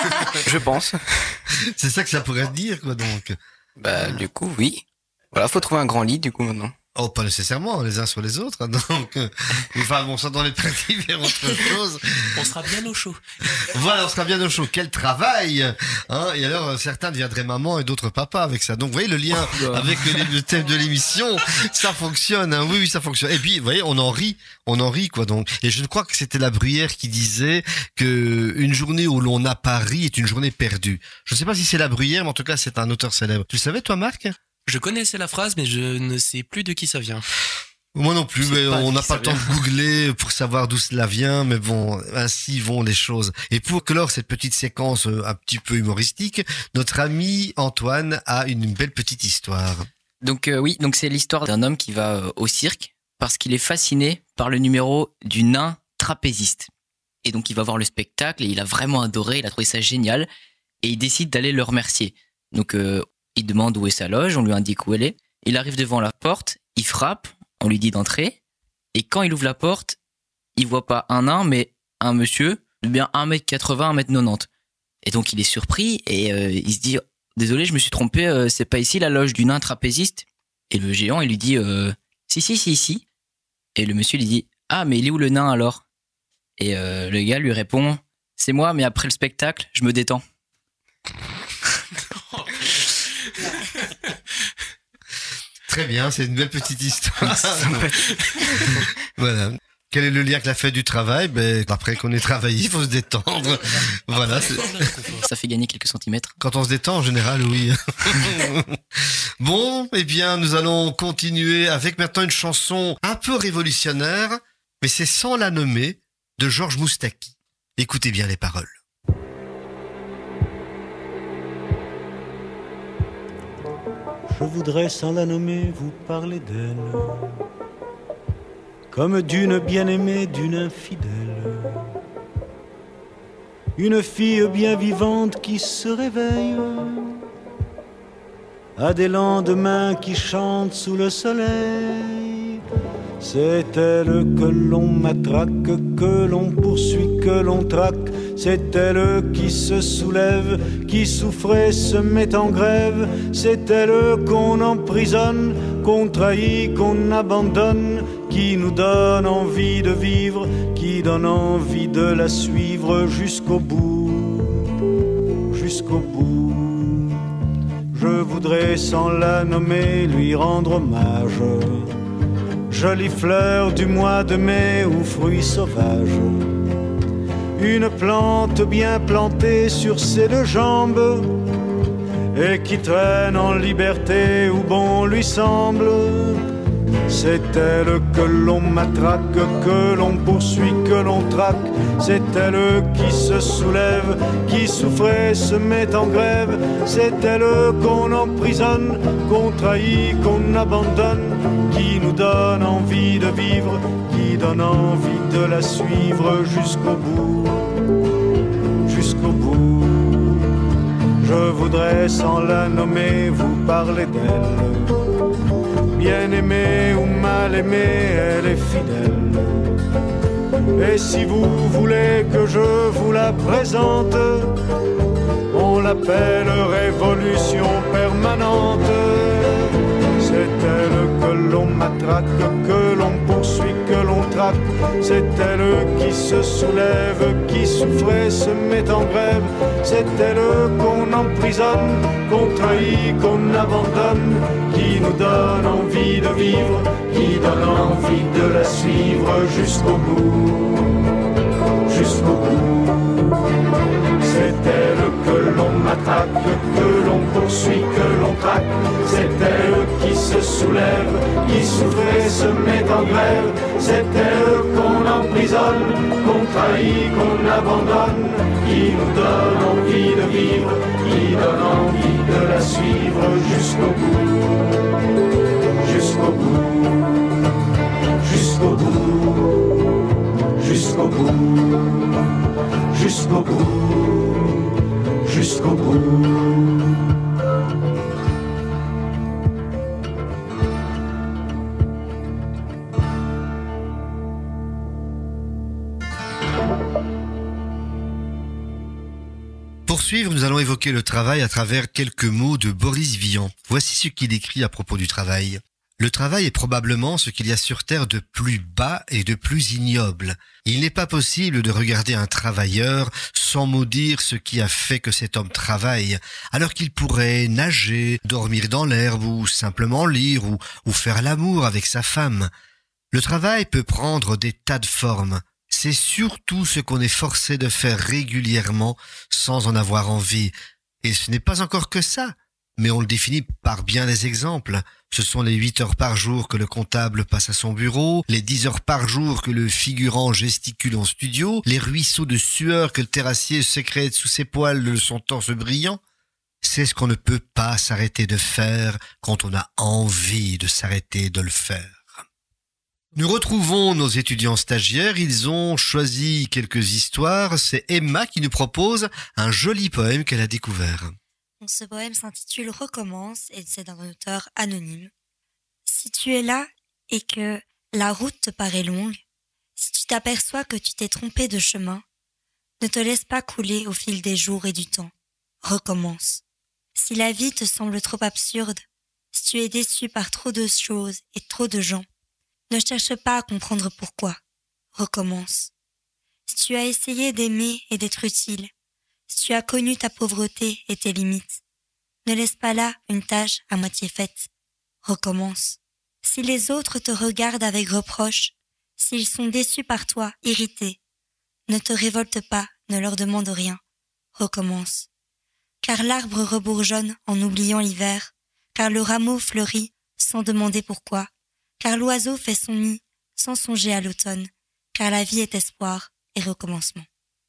Je pense. C'est ça que ça pourrait dire, quoi, donc. Du coup, oui. Voilà, faut trouver un grand lit, du coup, maintenant. Oh, pas nécessairement, les uns sur les autres. Donc, ça dans les pratiques vers autre chose. On sera bien au chaud. Voilà, on sera bien au chaud. Quel travail, hein. Et alors, certains deviendraient maman et d'autres papa avec ça. Donc, vous voyez, le lien avec le thème de l'émission, ça fonctionne, hein. Oui, ça fonctionne. Et puis, vous voyez, on en rit, quoi, donc. Et je crois que c'était la Bruyère qui disait que une journée où l'on n'a pas ri est une journée perdue. Je ne sais pas si c'est la Bruyère, mais en tout cas, c'est un auteur célèbre. Tu le savais, toi, Marc? Je connaissais la phrase, mais je ne sais plus de qui ça vient. Moi non plus, mais on n'a pas le temps de googler pour savoir d'où cela vient, mais bon, ainsi vont les choses. Et pour clore cette petite séquence un petit peu humoristique, notre ami Antoine a une belle petite histoire. Donc donc c'est l'histoire d'un homme qui va au cirque parce qu'il est fasciné par le numéro du nain trapéziste. Et donc il va voir le spectacle et il a vraiment adoré, il a trouvé ça génial et il décide d'aller le remercier. Donc il demande où est sa loge, on lui indique où elle est. Il arrive devant la porte, il frappe, on lui dit d'entrer. Et quand il ouvre la porte, il voit pas un nain, mais un monsieur, bien 1m80, 1m90. Et donc il est surpris et il se dit « Désolé, je me suis trompé, c'est pas ici la loge du nain trapéziste ?» Et le géant, il lui dit « Si, c'est ici. » Et le monsieur lui dit « Ah, mais il est où le nain alors ?» Et le gars lui répond « C'est moi, mais après le spectacle, je me détends. » Très bien, c'est une belle petite histoire. Voilà. Quel est le lien avec la fête du travail? Après qu'on ait travaillé, il faut se détendre. Voilà. Ça fait gagner quelques centimètres. Quand on se détend, en général, oui. Bon, nous allons continuer avec maintenant une chanson un peu révolutionnaire, mais c'est Sans la nommer, de Georges Moustaki. Écoutez bien les paroles. Je voudrais sans la nommer vous parler d'elle, comme d'une bien-aimée, d'une infidèle. Une fille bien vivante qui se réveille à des lendemains qui chantent sous le soleil. C'est elle que l'on matraque, que l'on poursuit, que l'on traque. C'est elle qui se soulève, qui souffrait, se met en grève. C'est elle qu'on emprisonne, qu'on trahit, qu'on abandonne, qui nous donne envie de vivre, qui donne envie de la suivre jusqu'au bout, jusqu'au bout. Je voudrais sans la nommer lui rendre hommage, jolie fleur du mois de mai ou fruit sauvage. Une plante bien plantée sur ses deux jambes, et qui traîne en liberté où bon lui semble. C'est elle que l'on matraque, que l'on poursuit, que l'on traque. C'est elle qui se soulève, qui souffrait, se met en grève. C'est elle qu'on emprisonne, qu'on trahit, qu'on abandonne, qui nous donne envie de vivre, qui donne envie de la suivre jusqu'au bout, jusqu'au bout. Je voudrais sans la nommer vous parler d'elle. Bien aimée ou mal aimée, elle est fidèle. Et si vous voulez que je vous la présente, on l'appelle révolution permanente. C'est elle que l'on matraque, que l'on poursuit, que l'on traque. C'est elle qui se soulève, qui souffrait, se met en grève. C'est elle qu'on emprisonne, qu'on trahit, qu'on abandonne, qui nous donne envie de vivre, qui donne envie de la suivre jusqu'au bout, jusqu'au bout. C'est elle que l'on matraque, que l'on poursuit, que l'on traque. C'est elle qui se soulève, qui souffre et se met en grève. C'est elle qu'on emprisonne, qu'on trahit, qu'on abandonne, qui nous donne envie de vivre, qui donne envie de la suivre jusqu'au bout, jusqu'au bout, jusqu'au bout, jusqu'au bout, jusqu'au bout, jusqu'au bout. Pour suivre, nous allons évoquer le travail à travers quelques mots de Boris Vian. Voici ce qu'il écrit à propos du travail. Le travail est probablement ce qu'il y a sur Terre de plus bas et de plus ignoble. Il n'est pas possible de regarder un travailleur sans maudire ce qui a fait que cet homme travaille, alors qu'il pourrait nager, dormir dans l'herbe ou simplement lire ou faire l'amour avec sa femme. Le travail peut prendre des tas de formes. C'est surtout ce qu'on est forcé de faire régulièrement sans en avoir envie. Et ce n'est pas encore que ça, mais on le définit par bien des exemples. Ce sont les 8 heures par jour que le comptable passe à son bureau, les 10 heures par jour que le figurant gesticule en studio, les ruisseaux de sueur que le terrassier sécrète sous ses poils de son torse brillant. C'est ce qu'on ne peut pas s'arrêter de faire quand on a envie de s'arrêter de le faire. Nous retrouvons nos étudiants stagiaires, ils ont choisi quelques histoires. C'est Emma qui nous propose un joli poème qu'elle a découvert. Ce poème s'intitule « Recommence » et c'est d'un auteur anonyme. Si tu es là et que la route te paraît longue, si tu t'aperçois que tu t'es trompé de chemin, ne te laisse pas couler au fil des jours et du temps. Recommence. Si la vie te semble trop absurde, si tu es déçu par trop de choses et trop de gens, ne cherche pas à comprendre pourquoi. Recommence. Si tu as essayé d'aimer et d'être utile, si tu as connu ta pauvreté et tes limites, ne laisse pas là une tâche à moitié faite. Recommence. Si les autres te regardent avec reproche, s'ils sont déçus par toi, irrités, ne te révolte pas, ne leur demande rien. Recommence. Car l'arbre rebourgeonne en oubliant l'hiver, car le rameau fleurit sans demander pourquoi, car l'oiseau fait son nid sans songer à l'automne, car la vie est espoir et recommencement.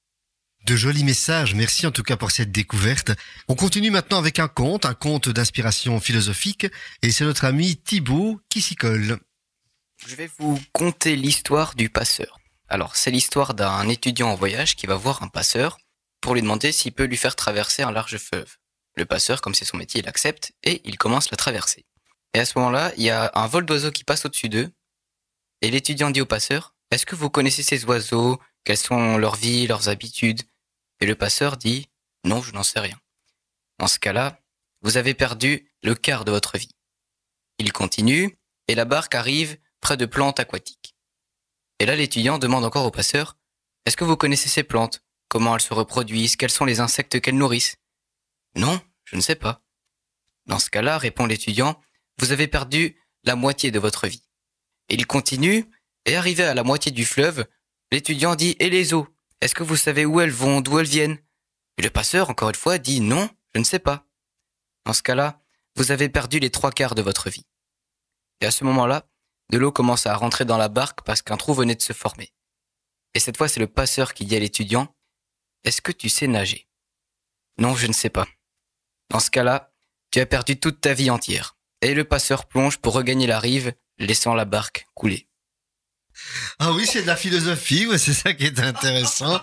De jolis messages, merci en tout cas pour cette découverte. On continue maintenant avec un conte d'inspiration philosophique, et c'est notre ami Thibaut qui s'y colle. Je vais vous conter l'histoire du passeur. Alors, c'est l'histoire d'un étudiant en voyage qui va voir un passeur pour lui demander s'il peut lui faire traverser un large fleuve. Le passeur, comme c'est son métier, il accepte et il commence la traversée. Et à ce moment-là, il y a un vol d'oiseaux qui passe au-dessus d'eux, et l'étudiant dit au passeur « Est-ce que vous connaissez ces oiseaux? Quelles sont leurs vies, leurs habitudes ?» Et le passeur dit « Non, je n'en sais rien. » Dans ce cas-là, vous avez perdu le quart de votre vie. Il continue, et la barque arrive près de plantes aquatiques. Et là, l'étudiant demande encore au passeur « Est-ce que vous connaissez ces plantes? Comment elles se reproduisent? Quels sont les insectes qu'elles nourrissent? » Non, je ne sais pas. Dans ce cas-là, répond l'étudiant, vous avez perdu la moitié de votre vie. Et il continue, et arrivé à la moitié du fleuve, l'étudiant dit « Et les eaux? Est-ce que vous savez où elles vont, d'où elles viennent ?» Et le passeur, encore une fois, dit « Non, je ne sais pas. » Dans ce cas-là, vous avez perdu les 3/4 de votre vie. Et à ce moment-là, de l'eau commence à rentrer dans la barque parce qu'un trou venait de se former. Et cette fois, c'est le passeur qui dit à l'étudiant « Est-ce que tu sais nager ?» « Non, je ne sais pas. » Dans ce cas-là, tu as perdu toute ta vie entière. Et le passeur plonge pour regagner la rive, laissant la barque couler. Ah oui, c'est de la philosophie, ouais, c'est ça qui est intéressant.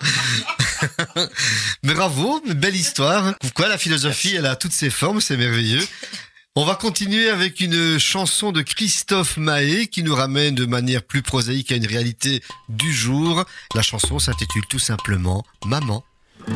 Bravo, belle histoire. Pourquoi la philosophie, elle a toutes ses formes, c'est merveilleux. On va continuer avec une chanson de Christophe Maé qui nous ramène de manière plus prosaïque à une réalité du jour. La chanson s'intitule tout simplement « Maman ».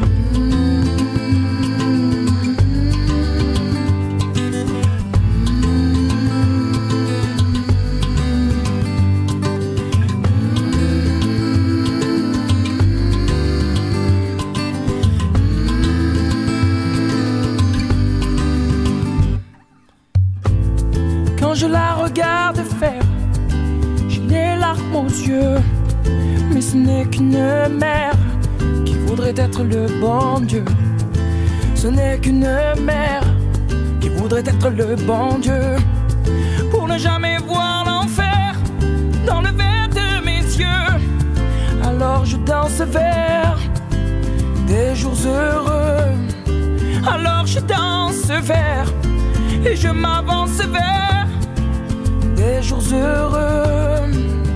Quand je la regarde faire, j'ai les larmes aux yeux. Mais ce n'est qu'une mère qui voudrait être le bon Dieu. Ce n'est qu'une mère qui voudrait être le bon Dieu. Pour ne jamais voir l'enfer dans le verre de mes yeux. Alors je danse vers des jours heureux. Alors je danse vers et je m'avance vers des jours heureux.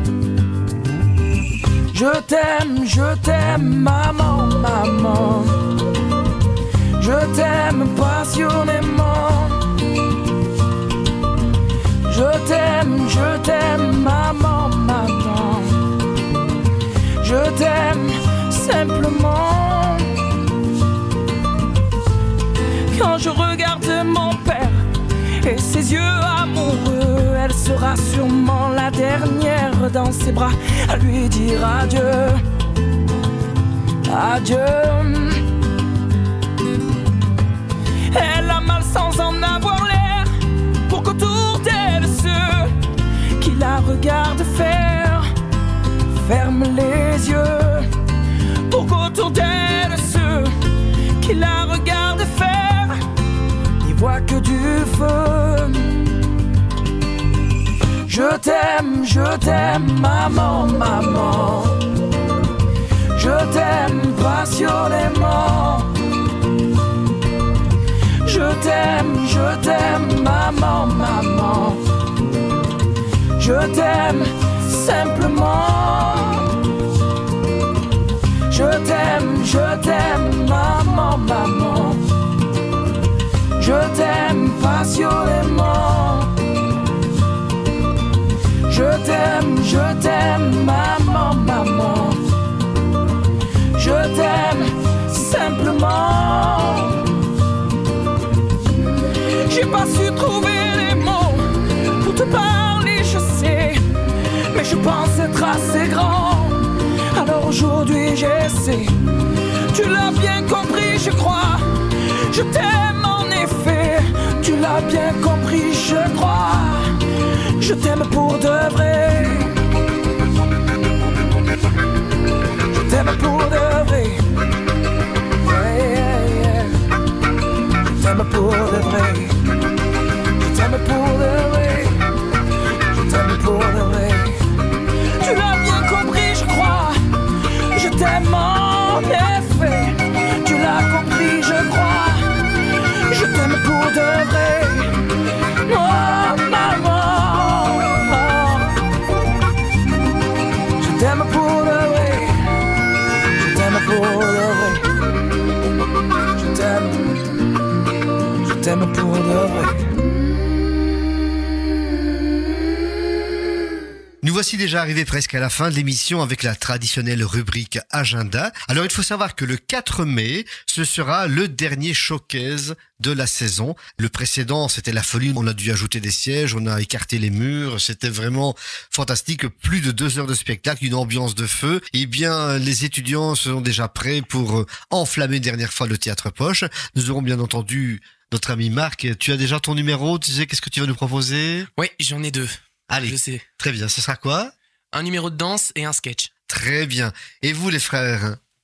Je t'aime, maman, maman. Je t'aime passionnément. Je t'aime, maman, maman. Je t'aime simplement. Quand je regarde mon père et ses yeux amoureux, elle sera sûrement la dernière dans ses bras à lui dire adieu, adieu. Elle a mal sans en avoir l'air, pour qu'autour d'elle ceux qui la regardent faire ferment les yeux, pour qu'autour d'elle ceux qui la regardent faire n'y voient que du feu. Je t'aime, maman, maman. Je t'aime passionnément. Je t'aime, maman, maman. Je t'aime simplement. Je t'aime, maman, maman. Je t'aime passionnément. Je t'aime, maman, maman. Je t'aime simplement. J'ai pas su trouver les mots pour te parler, je sais, mais je pense être assez grand. Alors aujourd'hui j'essaie. Tu l'as bien compris, je crois. Je t'aime en effet. Tu l'as bien compris, je crois. Je t'aime pour de vrai. Je t'aime pour de vrai. Yeah, yeah, yeah. Je t'aime pour de vrai. Je t'aime pour de vrai. Je t'aime pour de vrai. Tu l'as bien compris, je crois. Je t'aime en effet. Tu l'as compris, je crois. Je t'aime pour de vrai. Oh, maman. Je t'aime pour de vrai. Je t'aime pour de vrai. Je t'aime pour de vrai. Nous voici déjà arrivés presque à la fin de l'émission avec la traditionnelle rubrique Agenda. Alors il faut savoir que le 4 mai, ce sera le dernier showcase de la saison. Le précédent, c'était la folie. On a dû ajouter des sièges, on a écarté les murs. C'était vraiment fantastique. Plus de 2 heures de spectacle, une ambiance de feu. Eh bien, les étudiants sont déjà prêts pour enflammer une dernière fois le Théâtre Poche. Nous aurons bien entendu notre ami Marc. Tu as déjà ton numéro? Tu sais qu'est-ce que tu vas nous proposer? Oui, j'en ai 2. Allez, je sais. Très bien. Ce sera quoi? Un numéro de danse et un sketch. Très bien. Et vous, les frères?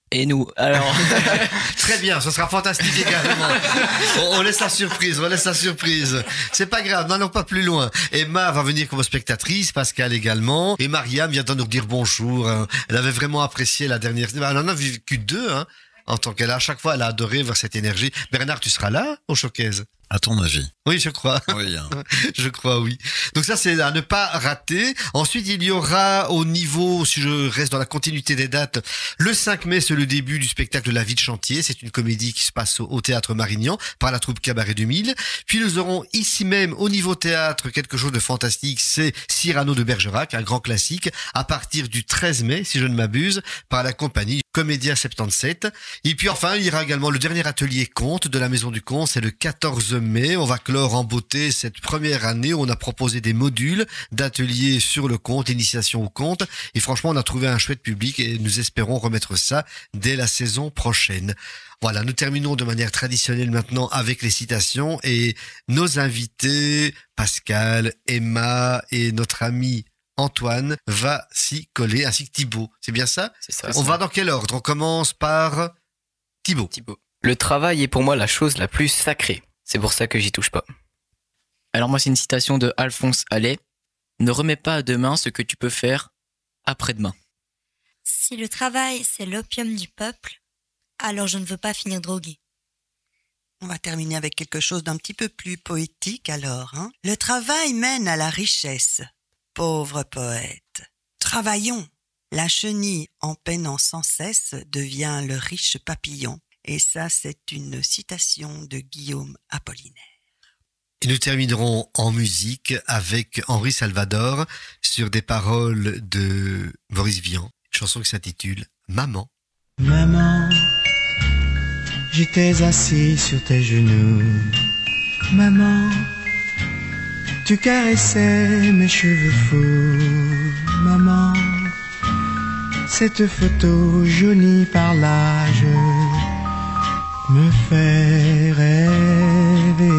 Et nous, alors... Très bien, ce sera fantastique également. On laisse la surprise. C'est pas grave, n'allons pas plus loin. Emma va venir comme spectatrice, Pascal également. Et Mariam vient de nous dire bonjour. Elle avait vraiment apprécié la dernière... Elle en a vécu 2, en tant qu'elle a. À chaque fois, elle a adoré voir cette énergie. Bernard, tu seras là au showcase? À ton avis? Oui, je crois. Oui. Je crois, oui. Donc ça, c'est à ne pas rater. Ensuite, il y aura au niveau, si je reste dans la continuité des dates, le 5 mai, c'est le début du spectacle La vie de chantier. C'est une comédie qui se passe au Théâtre Marignan par la troupe Cabaret 2000. Puis nous aurons ici même, au niveau théâtre, quelque chose de fantastique. C'est Cyrano de Bergerac, un grand classique, à partir du 13 mai, si je ne m'abuse, par la compagnie Comédia 77. Et puis enfin, il y aura également le dernier atelier conte de la Maison du Conte. C'est le 14 mai. On va clore en beauté cette première année où on a proposé des modules d'ateliers sur le conte, l'initiation au conte. Et franchement, on a trouvé un chouette public et nous espérons remettre ça dès la saison prochaine. Voilà, nous terminons de manière traditionnelle maintenant avec les citations et nos invités, Pascal, Emma et notre ami Antoine va s'y coller, ainsi que Thibaut. C'est bien ça? C'est ça. On va dans quel ordre? On commence par Thibaut. Le travail est pour moi la chose la plus sacrée. C'est pour ça que j'y touche pas. Alors moi, c'est une citation de Alphonse Allais. Ne remets pas à demain ce que tu peux faire après-demain. Si le travail, c'est l'opium du peuple, alors je ne veux pas finir drogué. On va terminer avec quelque chose d'un petit peu plus poétique alors. Le travail mène à la richesse. Pauvre poète. Travaillons. La chenille, en peinant sans cesse, devient le riche papillon. Et ça, c'est une citation de Guillaume Apollinaire. Et nous terminerons en musique avec Henri Salvador sur des paroles de Boris Vian, une chanson qui s'intitule Maman. Maman, j'étais assis sur tes genoux. Maman, tu caressais mes cheveux fous. Maman, cette photo jaunie par l'âge me fait rêver.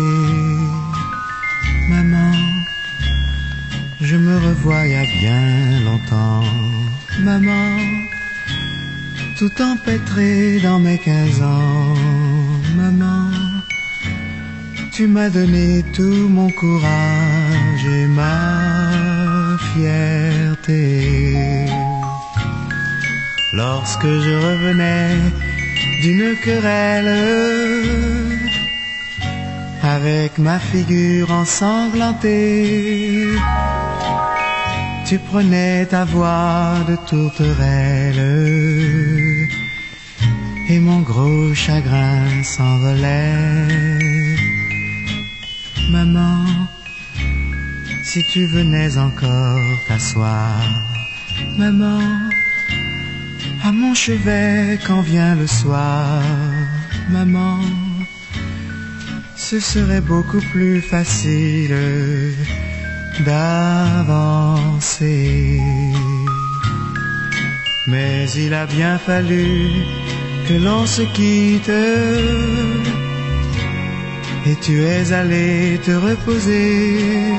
Maman, je me revois il y a bien longtemps. Maman, tout empêtré dans mes 15 ans. Maman, tu m'as donné tout mon courage et ma fierté. Lorsque je revenais d'une querelle, avec ma figure ensanglantée, tu prenais ta voix de tourterelle et mon gros chagrin s'envolait. Maman, si tu venais encore t'asseoir, maman, à mon chevet quand vient le soir, maman, ce serait beaucoup plus facile d'avancer. Mais il a bien fallu que l'on se quitte et tu es allé te reposer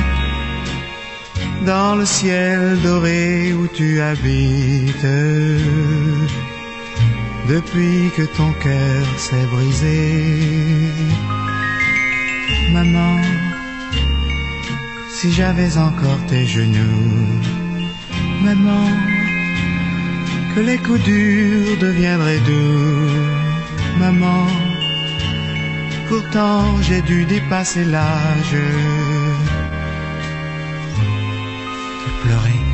dans le ciel doré où tu habites depuis que ton cœur s'est brisé. Maman, si j'avais encore tes genoux, maman, que les coups durs deviendraient doux, maman, pourtant j'ai dû dépasser l'âge de pleurer.